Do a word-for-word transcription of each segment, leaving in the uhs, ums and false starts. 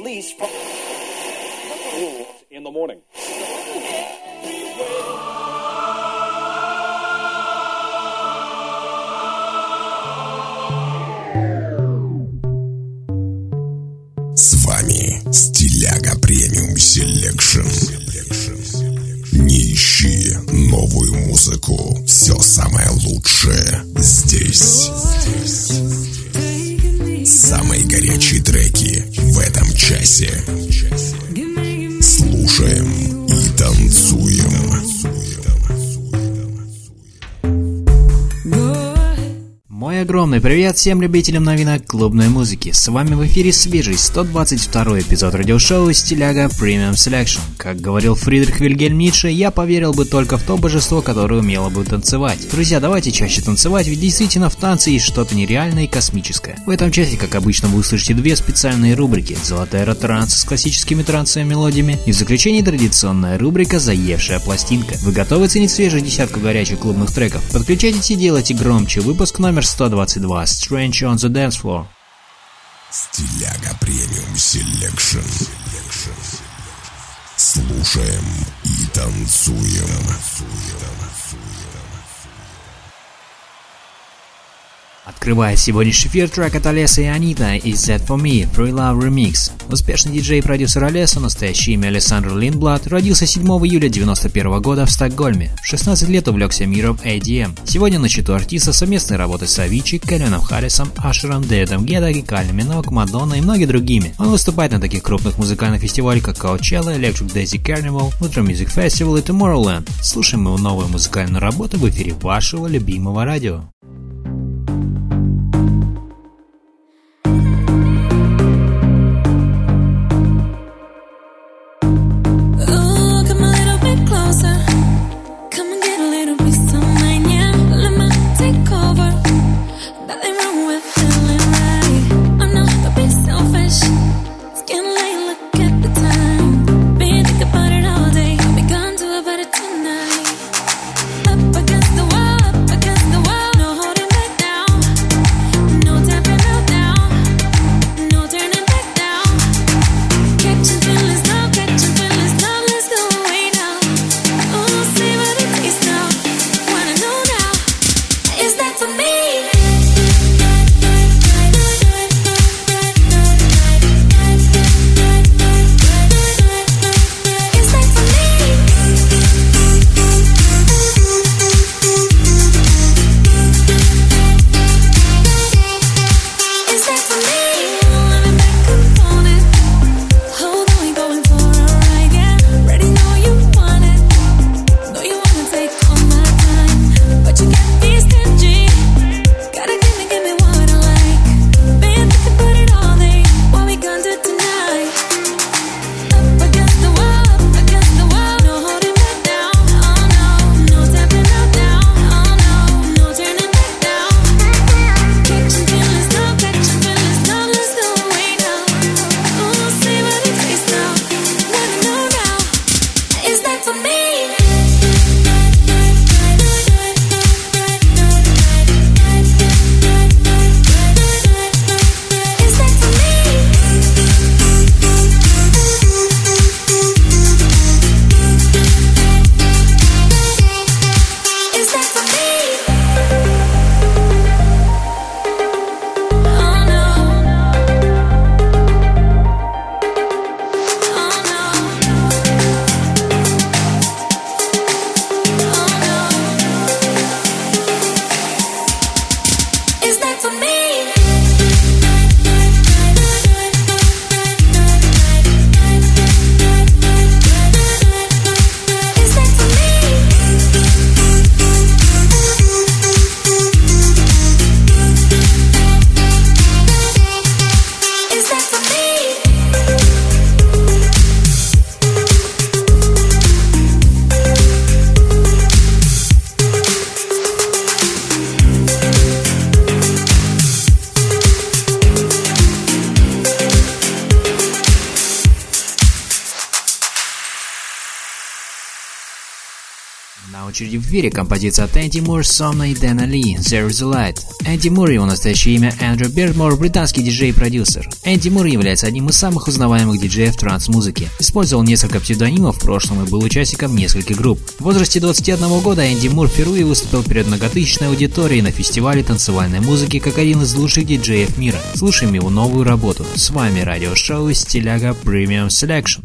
release from in the morning. С вами Стиляга Премиум Селекшн. Не ищи новую музыку, все самое лучшее здесь. Самые горячие треки в этом часе. Слушаем и танцуем. Мой огромный привет всем любителям новинок клубной музыки. С вами в эфире свежий сто двадцать второй эпизод радиошоу Стиляга Premium Selection. Как говорил Фридрих Вильгельм Ницше, я поверил бы только в то божество, которое умело бы танцевать. Друзья, давайте чаще танцевать, ведь действительно в танце есть что-то нереальное и космическое. В этом часе, как обычно, вы услышите две специальные рубрики: золотая эра транса с классическими трансовыми мелодиями, и в заключении традиционная рубрика «Заевшая пластинка». Вы готовы ценить свежую десятку горячих клубных треков? Подключайтесь и делайте громче. Выпуск номер сто двадцать два. Strange on the Dance Floor. Стиляга Премиум Селекшн. Слушаем и танцуем. Открывает сегодняшний эфир трек от Алеса и Анита «Is That For Me» Free Love Remix. Успешный диджей и продюсер Алеса, настоящее имя Алессандро Линдблад, родился седьмого июля девяносто первого года в Стокгольме. В шестнадцать лет увлекся миром эй ди эм. Сегодня на счету артиста совместной работы с Авичи, Кэлвином Харрисом, Ашером, Дэвидом Гетта, Кайли Миног, Мадонной и многими другими. Он выступает на таких крупных музыкальных фестивалях, как Coachella, Electric Daisy Carnival, Ultra Music Festival и Tomorrowland. Слушаем его новую музыкальную работу в эфире вашего любимого радио. Up against the wall, up against the wall, no очереди в эфире композиция от Энди Мур, Сомна и Дэна Ли, There is a Light. Энди Мур, его настоящее имя Эндрю Бердмор, британский диджей и продюсер. Энди Мур является одним из самых узнаваемых диджеев транс-музыки. Использовал несколько псевдонимов в прошлом и был участником нескольких групп. В возрасте двадцати одного года Энди Мур впервые выступил перед многотысячной аудиторией на фестивале танцевальной музыки как один из лучших диджеев мира. Слушаем его новую работу. С вами радиошоу Стиляга Premium Selection.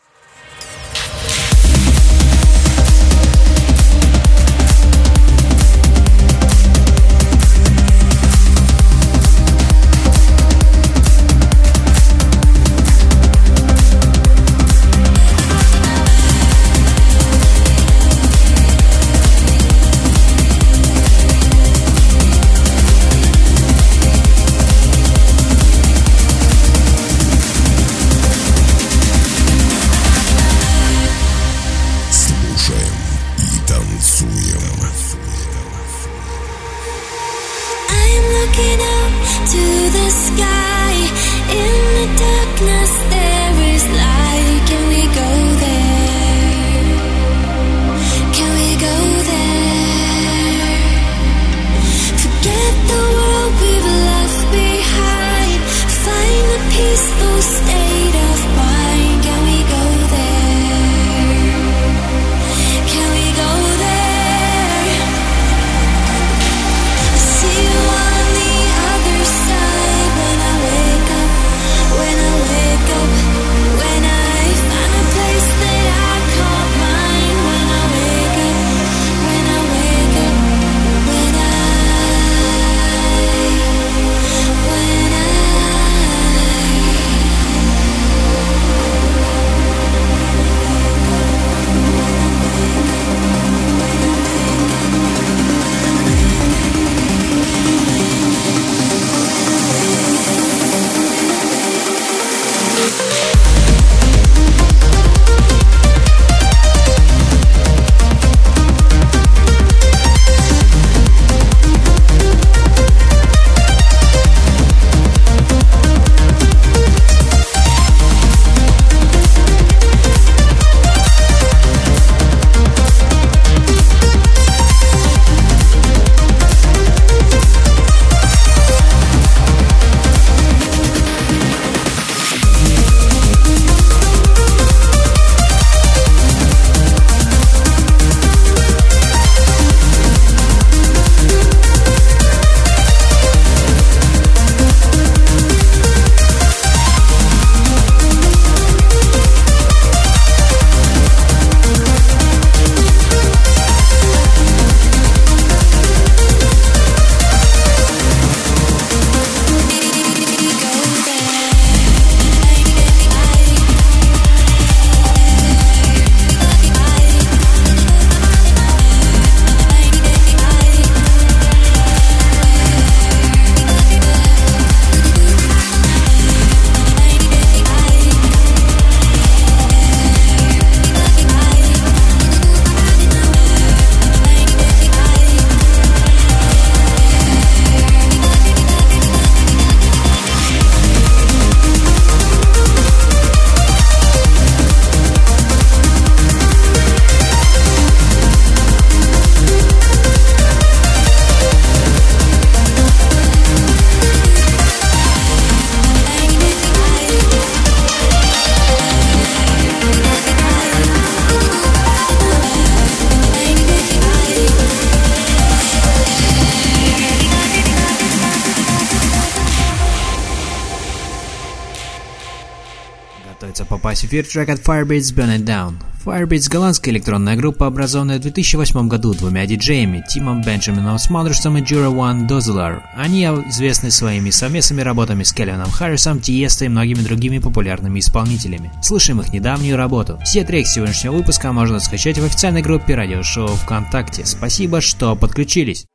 попасть в эфир трек от Firebeats Burn It Down. Firebeats — голландская электронная группа, образованная в две тысячи восьмом году двумя диджеями Тимом Бенджамином Смондерсом и Джура Ван Дозелар. Они известны своими совместными работами с Кельвином Харрисом, Тиесто и многими другими популярными исполнителями. Слышим их недавнюю работу. Все треки сегодняшнего выпуска можно скачать в официальной группе радиошоу ВКонтакте. Спасибо, что подключились.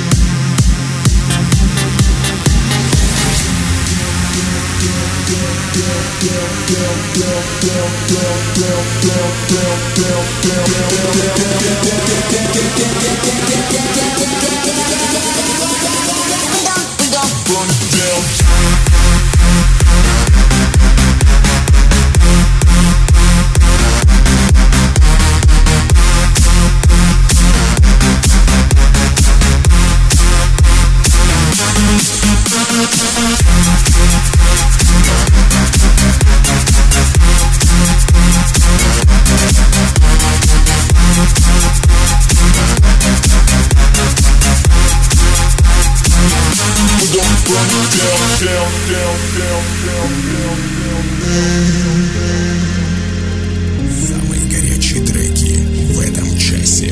Yeah. Самые горячие треки в этом часе.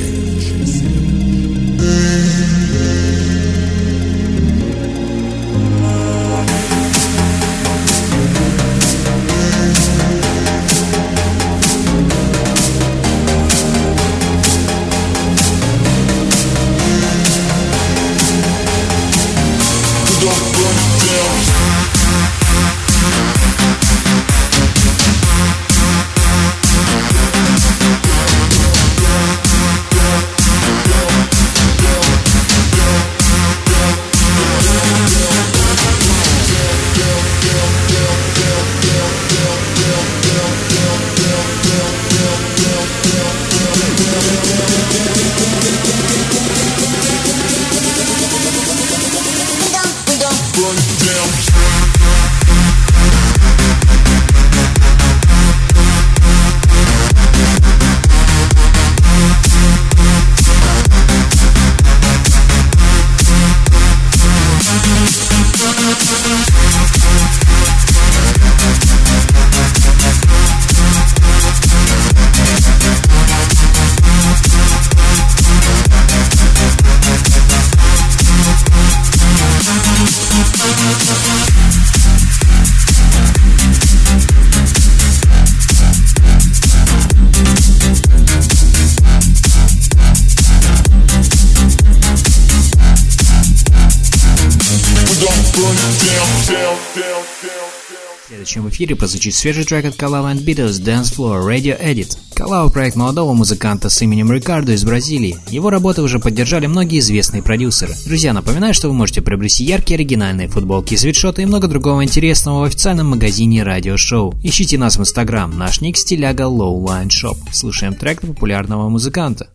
Следующим в эфире прозвучит свежий трек от Calao and Beatles Dance Floor Radio Edit. Calao — проект молодого музыканта с именем Рикардо из Бразилии. Его работы уже поддержали многие известные продюсеры. Друзья, напоминаю, что вы можете приобрести яркие оригинальные футболки, свитшоты и много другого интересного в официальном магазине радиошоу. Ищите нас в Инстаграм, наш ник стиляга Lowline Shop. Слушаем трек популярного музыканта.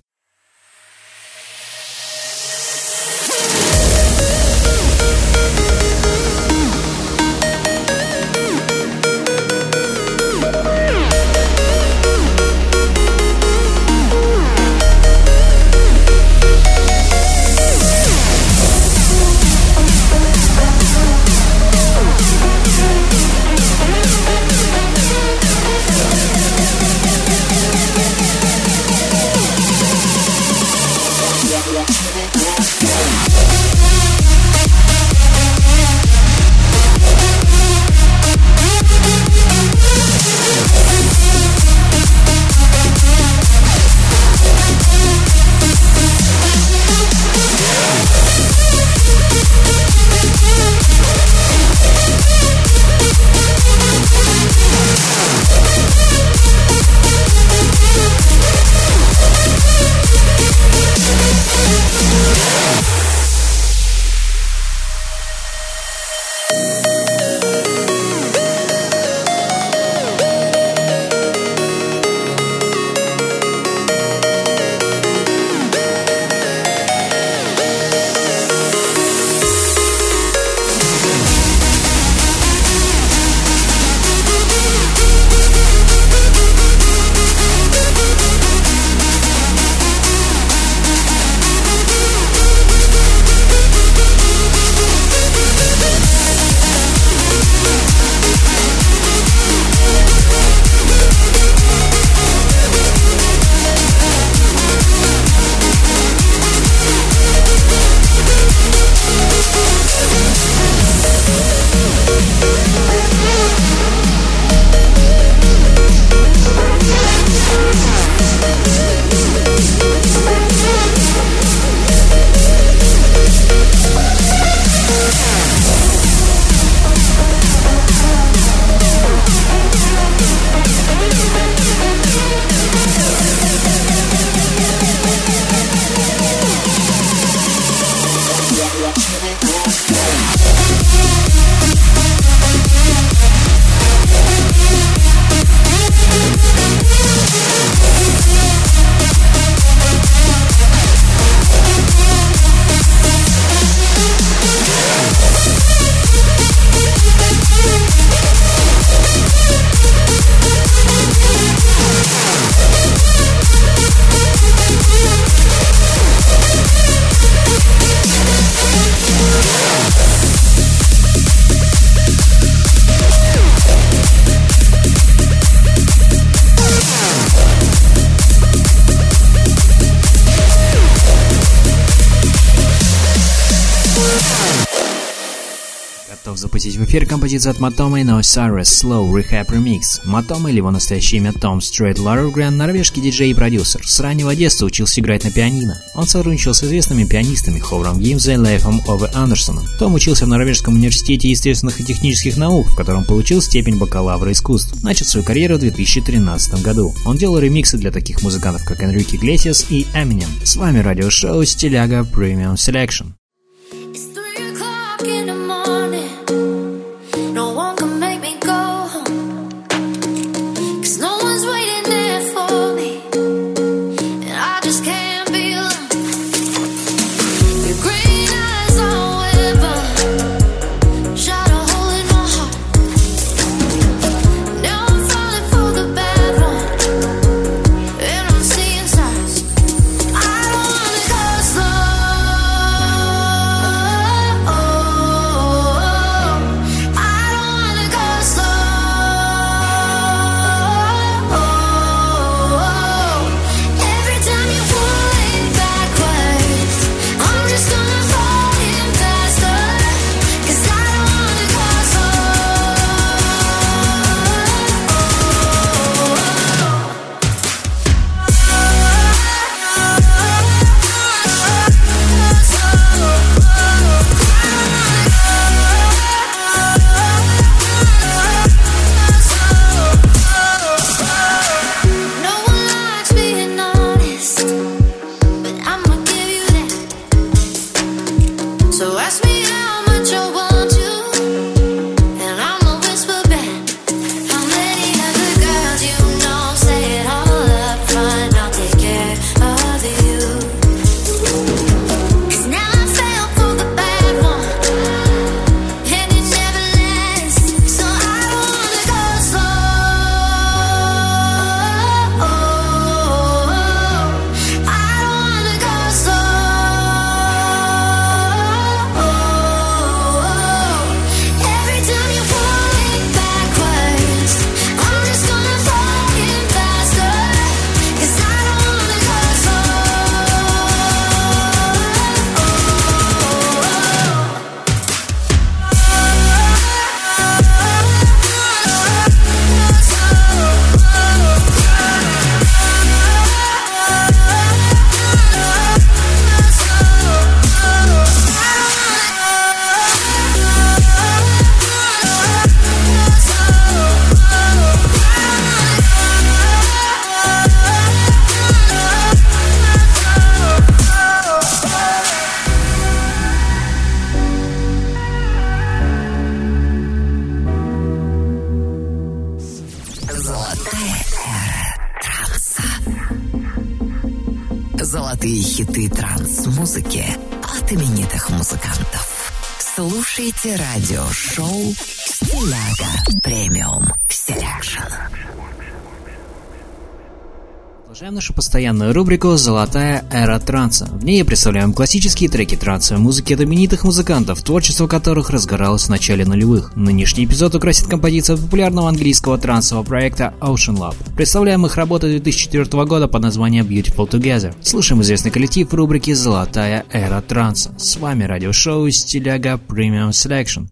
We'll be right back. запустить в эфир композицию от Matoma и No Cyrus Slow Rehab Remix. Matoma, или его настоящее имя Tom Strait Lagergren, норвежский диджей и продюсер. С раннего детства учился играть на пианино. Он сотрудничал с известными пианистами Ховром Гимзе и Лейфом Ове Андерсоном. Том учился в Норвежском университете естественных и технических наук, в котором получил степень бакалавра искусств. Начал свою карьеру в две тысячи тринадцатом году. Он делал ремиксы для таких музыкантов, как Энрике Иглесиас и Eminem. С вами радиошоу Стиляга Premium Selection. Золотые хиты транс-музыки от именитых музыкантов. Слушайте радиошоу Стиляга Premium Selection. Продолжаем нашу постоянную рубрику «Золотая эра транса». В ней представляем классические треки трансовой музыки от именитых музыкантов, творчество которых разгоралось в начале нулевых. Нынешний эпизод украсит композиция от популярного английского трансового проекта Ocean Lab. Представляем их работу две тысячи четвёртого года под названием Beautiful Together. Слушаем известный коллектив в рубрике «Золотая эра транса». С вами радиошоу Стиляга Premium Selection.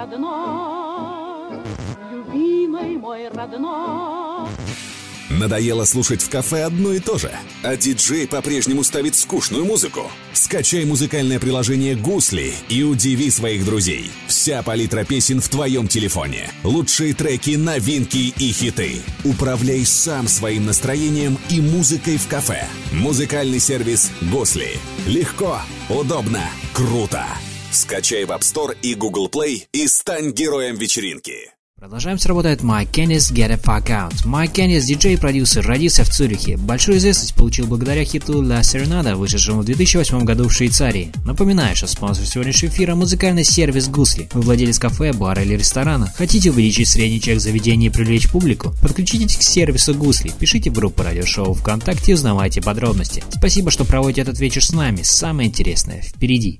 родной, любимый мой родной. Надоело слушать в кафе одно и то же, а диджей по-прежнему ставит скучную музыку? Скачай музыкальное приложение «Гусли» и удиви своих друзей. Вся палитра песен в твоем телефоне. Лучшие треки, новинки и хиты. Управляй сам своим настроением и музыкой в кафе. Музыкальный сервис «Гусли». Легко, удобно, круто. Скачай в App Store и Google Play и стань героем вечеринки. Продолжаем работать Майк Кеннис Get a Fuck Out. Майк Кеннис, диджей и продюсер, родился в Цюрихе. Большую известность получил благодаря хиту La Serenada, вышедшему в две тысячи восьмом году в Швейцарии. Напоминаю, что спонсор сегодняшнего эфира – музыкальный сервис Гусли. Вы владелец кафе, бара или ресторана. Хотите увеличить средний чек заведения и привлечь публику? Подключитесь к сервису Гусли. Пишите в группу радиошоу ВКонтакте и узнавайте подробности. Спасибо, что проводите этот вечер с нами. Самое интересное впереди.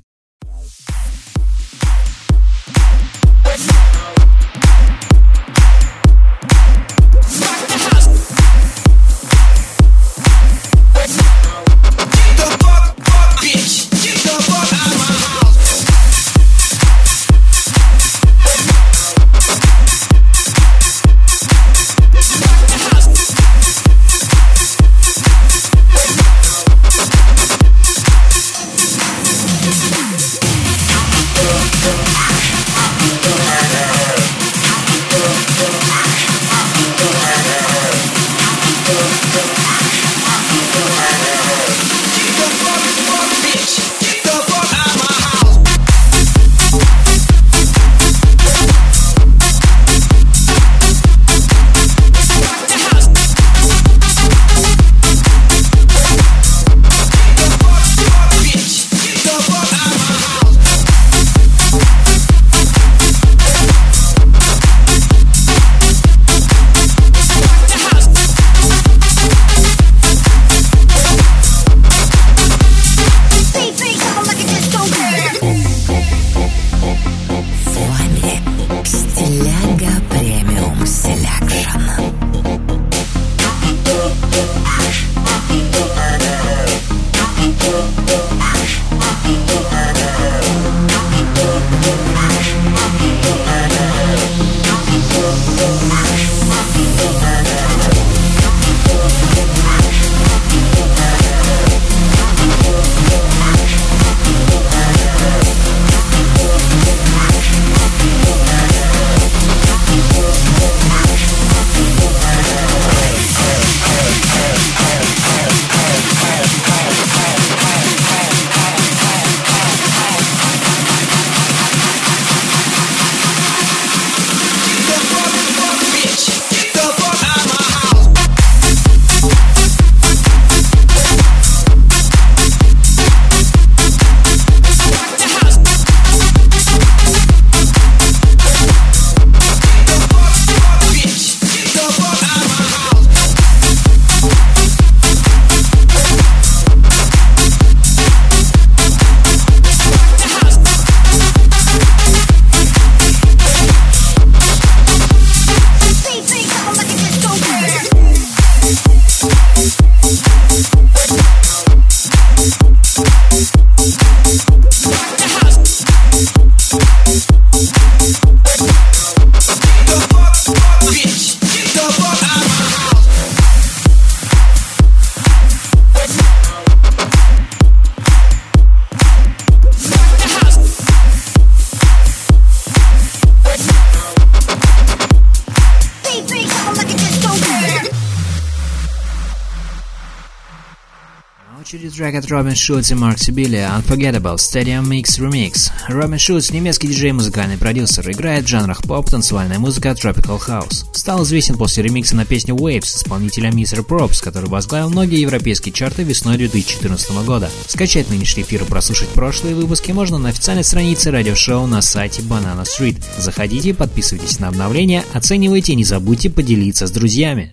Трек от Робин Шульц и Марк Сибилия Unforgettable Stadium Mix Remix. Робин Шульц, немецкий диджей и музыкальный продюсер, играет в жанрах поп, танцевальная музыка, tropical house. Стал известен после ремикса на песню Waves исполнителя мистер Probs, который возглавил многие европейские чарты весной две тысячи четырнадцатого года. Скачать нынешний эфир и прослушать прошлые выпуски можно на официальной странице радиошоу на сайте Banana Street. Заходите, подписывайтесь на обновления, оценивайте и не забудьте поделиться с друзьями.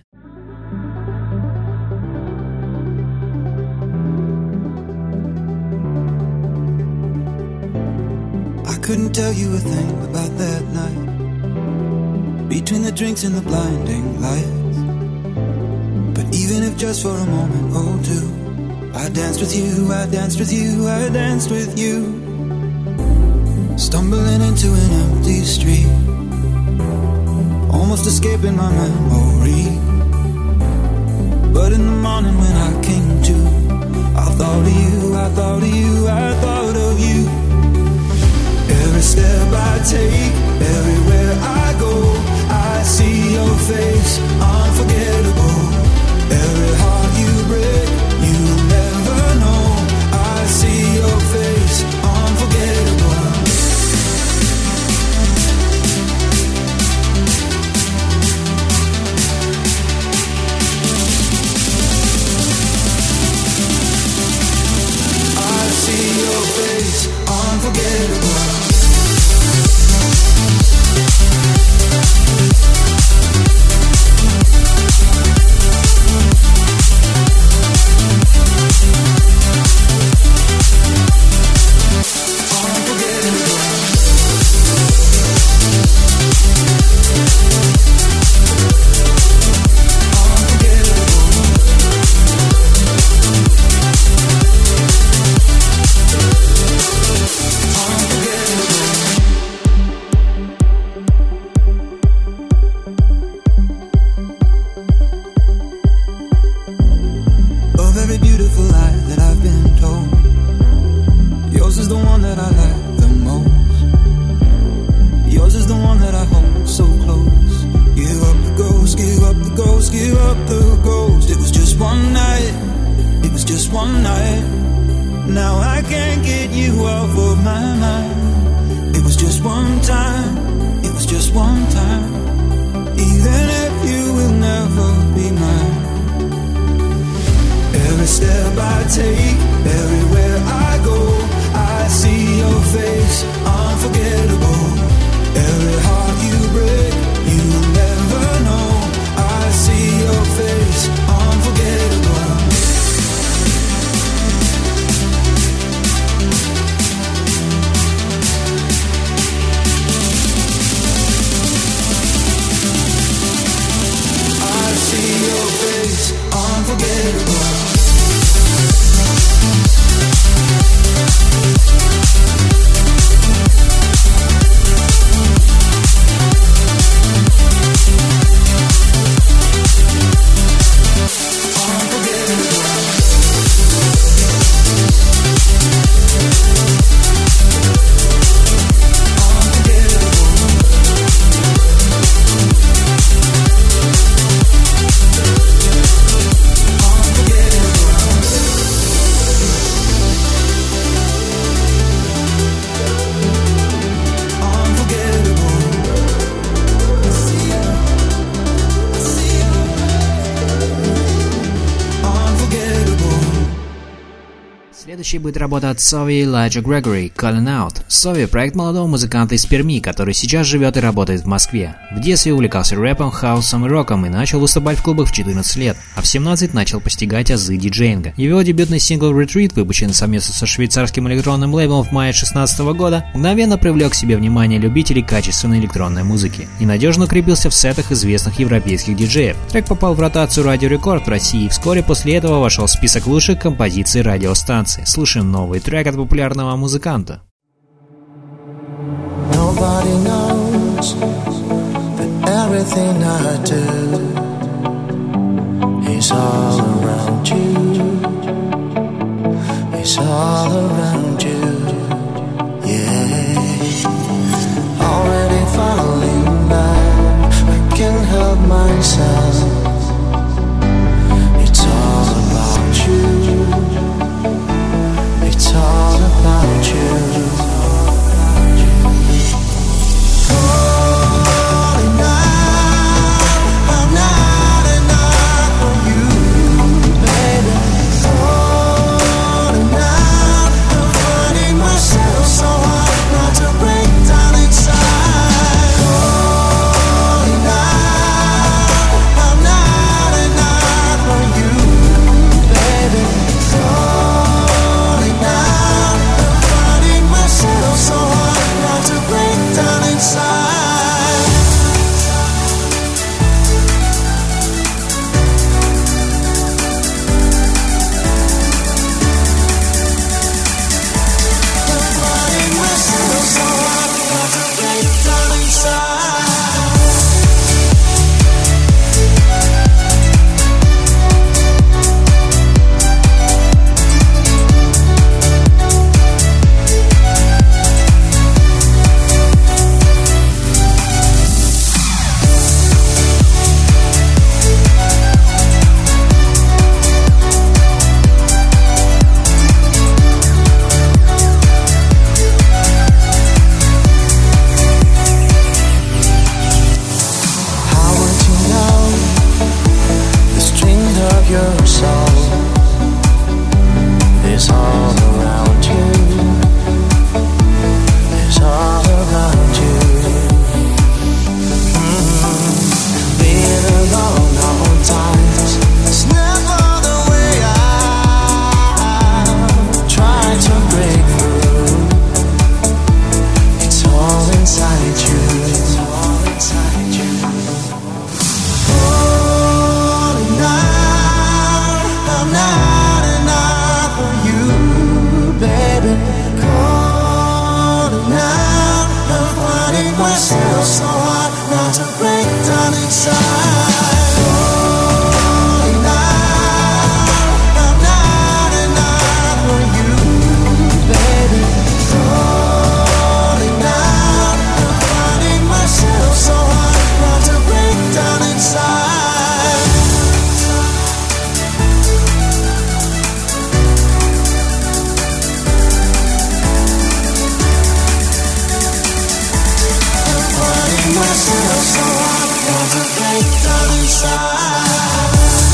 Couldn't tell you a thing about that night, between the drinks and the blinding lights. But even if just for a moment or two, I danced with you, I danced with you, I danced with you. stumbling into an empty street, almost escaping my memory. But in the morning when I came to, I thought of you, I thought of you, I thought of you. Every step I take, everywhere I go, I see your face, unforgettable. Every heart you break, you never know. I see your face, unforgettable. I see your face, unforgettable. Следующей будет работа от Сови и Elijah Gregory, Calling Out. Сови – проект молодого музыканта из Перми, который сейчас живет и работает в Москве. В детстве увлекался рэпом, хаусом и роком и начал выступать в клубах в четырнадцать лет, а в семнадцать начал постигать азы диджеинга. Его дебютный сингл Retreat, выпущенный совместно со швейцарским электронным лейблом в мае две тысячи шестнадцатого года, мгновенно привлек к себе внимание любителей качественной электронной музыки и надежно укрепился в сетах известных европейских диджеев. Трек попал в ротацию Радио Рекорд в России и вскоре после этого вошел в список лучших композиций радиостанции. Слушаем новый трек от популярного музыканта. Nobody knows that everything I do is all around you. It's all around you. Yeah. Already falling back, I can't help myself. It's all about you. It's all about you. I'm not myself so hard not to break down inside. Falling out, I'm not enough for you, baby. Falling out, I'm finding myself so hard not to break down inside. Myself so hard, want to break down inside.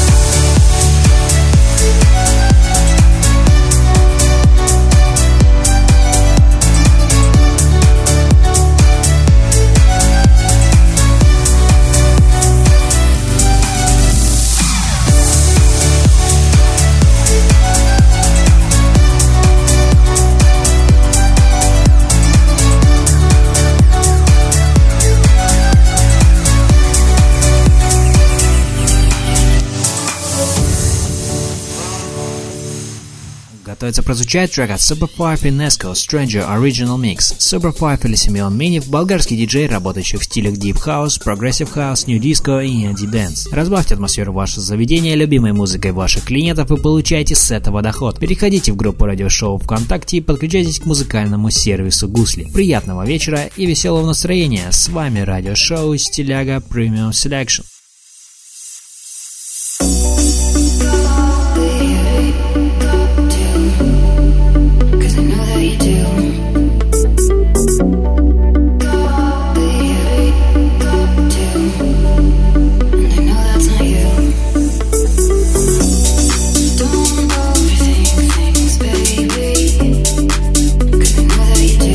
Готовится прозвучать трек от Super Five и Nesco Stranger Original Mix. Super Five или Семен Минев – болгарский диджей, работающий в стилях Deep House, Progressive House, New Disco и Indie Dance. Разбавьте атмосферу вашего заведения любимой музыкой ваших клиентов и получайте с этого доход. Переходите в группу радиошоу ВКонтакте и подключайтесь к музыкальному сервису Гусли. Приятного вечера и веселого настроения. С вами радиошоу Стиляга Premium Selection.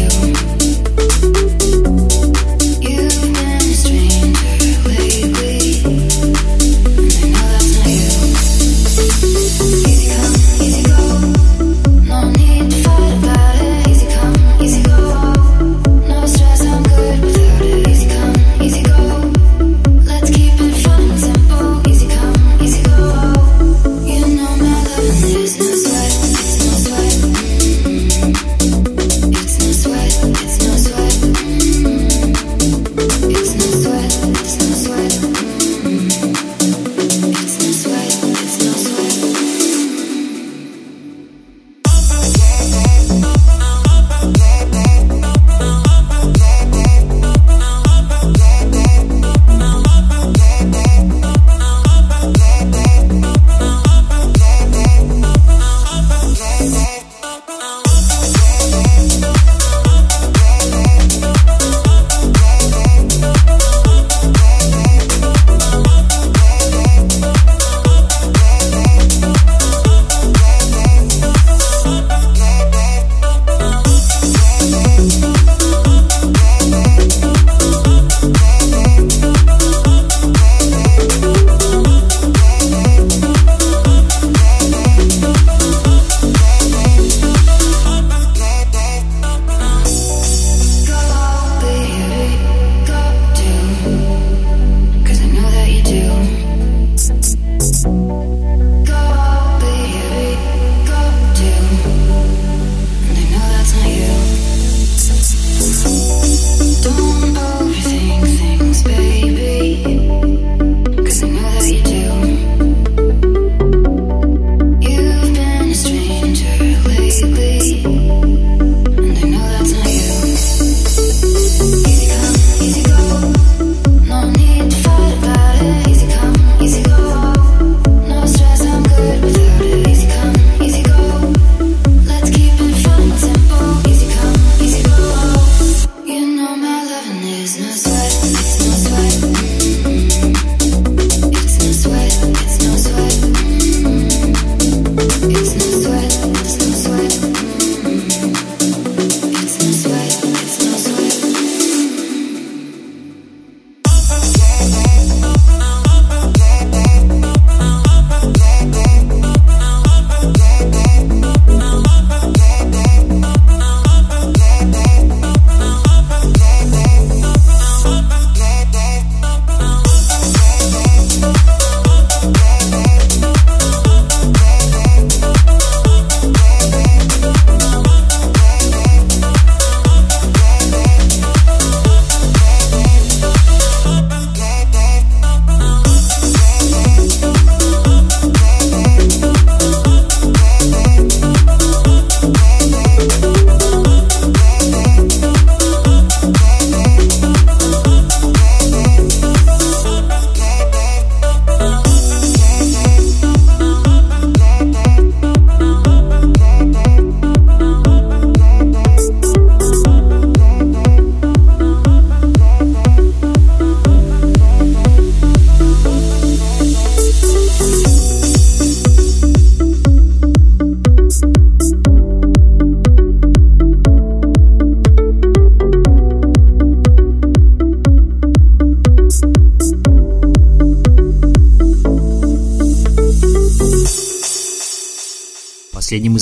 You've been a stranger lately.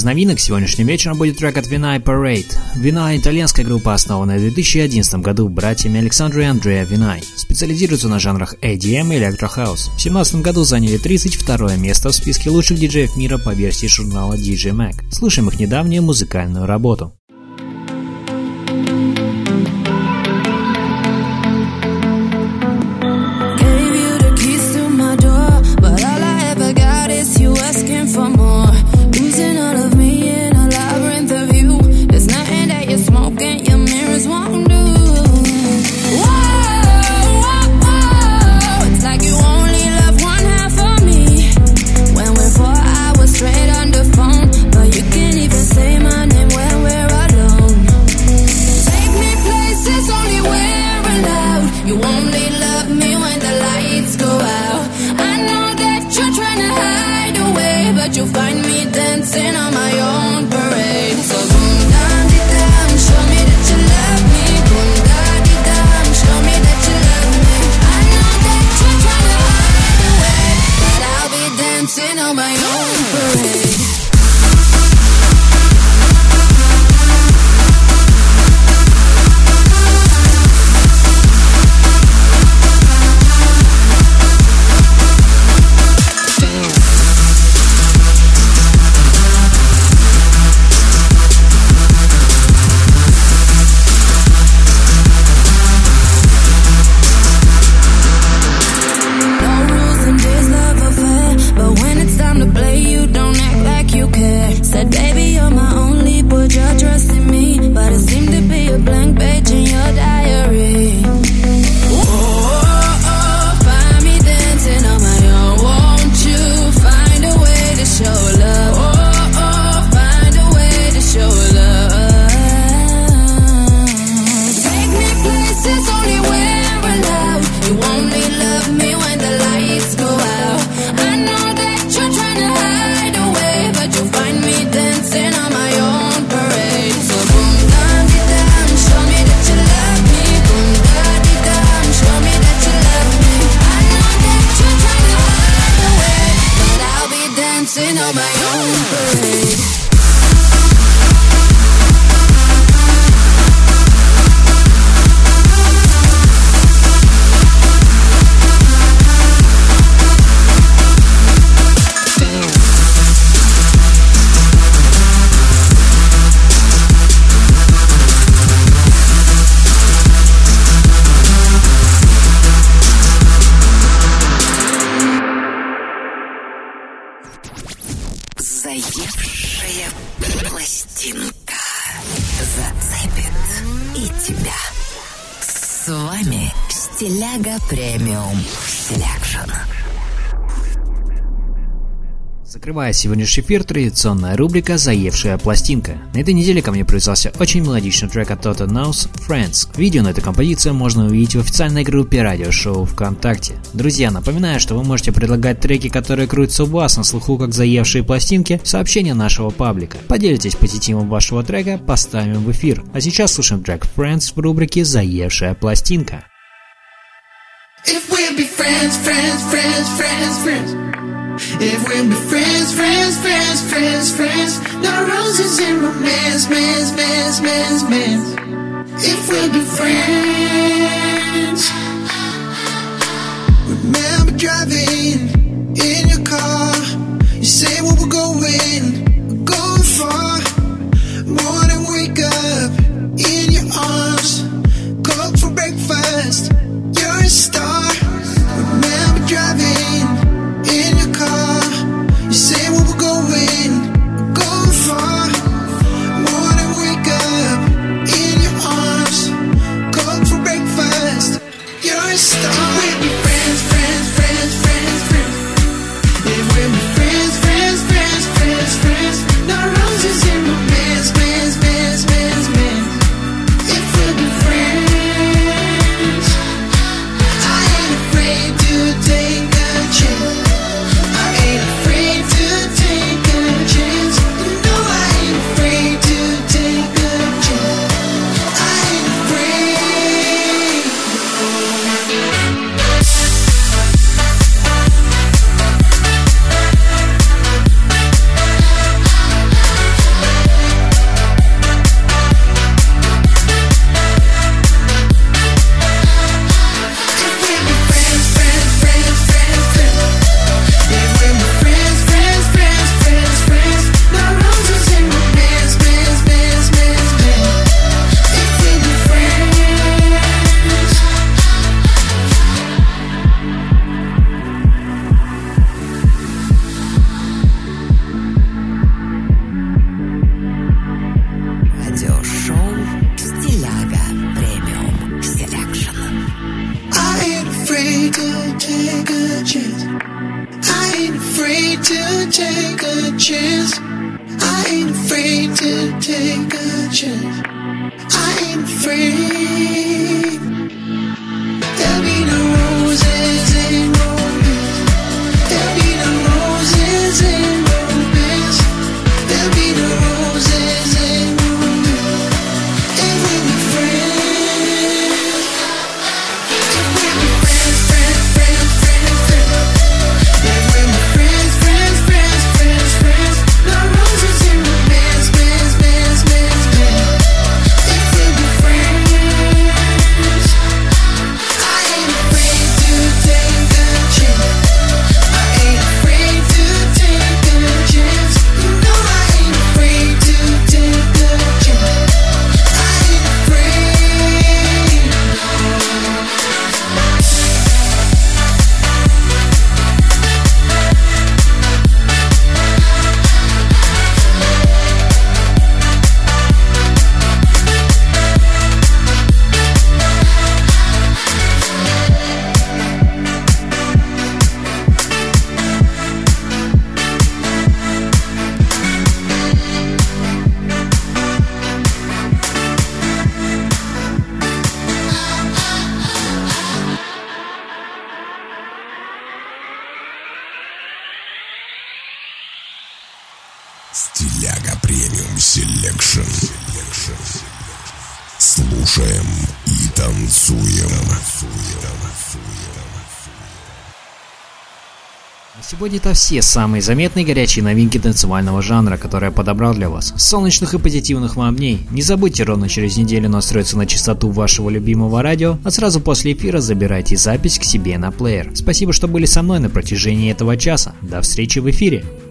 из новинок сегодняшним вечером будет трек от Vinay Parade. Vinay – итальянская группа, основанная в две тысячи одиннадцатом году братьями Александро и Андреа Vinay. Специализируется на жанрах и ди эм и Electro House. В две тысячи семнадцатом году заняли тридцать второе место в списке лучших диджеев мира по версии журнала ди джей Mag. Слушаем их недавнюю музыкальную работу. For more, losing all of me in a labyrinth of you. There's nothing that you smoke and your mirrors won't do. Whoa, whoa, whoa. It's like you only love one half of me. When we're four hours straight on the phone, but you can't even say my name when we're alone. Take me places only we're allowed. You only love me when the lights go out. I know that you're trying to hide away, but you'll find me dancing on my own parade. So boom da di dum, show me that you love me. Boom da di dum, show me that you love me. I know that you're trying to hide away, but I'll be dancing on my own parade. Said, baby, you're my only, put your trust in me. But it seemed to be a blank page in your diary. Oh, oh, oh, find me dancing on my own. Won't you find a way to show love? Oh, oh, find a way to show love. Take me places only we're allowed. You only love me when the lights go out. I know that you're trying to hide away, but you'll find me dancing on my own parade. So boom da di dum, show me that you love me. Boom da di dum, show me that you love me. I know that you're trying to hide away, but I'll be dancing on my own parade. Заевшая пластинка зацепит и тебя. С вами Стиляга Премиум Селекшн. Закрывая сегодняшний эфир, традиционная рубрика «Заевшая пластинка». На этой неделе ко мне привязался очень мелодичный трек от Total Knows «Friends». Видео на эту композицию можно увидеть в официальной группе радиошоу ВКонтакте. Друзья, напоминаю, что вы можете предлагать треки, которые крутятся у вас на слуху как «Заевшие пластинки», в сообщения нашего паблика. Поделитесь позитивом вашего трека, поставим в эфир. А сейчас слушаем трек «Friends» в рубрике «Заевшая пластинка». If we'll be friends, friends, friends, friends, friends. If we'll be friends, friends, friends, friends, friends. No roses and romance, mans, mans, mans, mans. If we'll be friends. Remember driving in your car. You say where we're going, we're going far. Morning wake up in your arms. Coke for breakfast, you're a star. Remember driving in your car. You say where we're going, we're going far. Morning wake up in your arms. Coke for take a chance. I ain't afraid to take a chance. I ain't afraid. There'll be no roses in romance. There'll be no roses in romance. There'll be no roses in romance. And we'll be friends. And we'll be friends, friends, friends, friends, friends. And we'll be friends, friends, friends, friends, friends. No roses in romance, romance, romance, romance, romance. And we'll be friends. I ain't afraid to take a chance. I ain't afraid to take a chance. No, I ain't afraid to take a chance. I ain't afraid, no. Стиляга премиум селекшн. Слушаем и танцуем. На сегодня это все самые заметные горячие новинки танцевального жанра, которые я подобрал для вас. Солнечных и позитивных вам дней. Не забудьте ровно через неделю настроиться на частоту вашего любимого радио, а сразу после эфира забирайте запись к себе на плеер. Спасибо, что были со мной на протяжении этого часа. До встречи в эфире.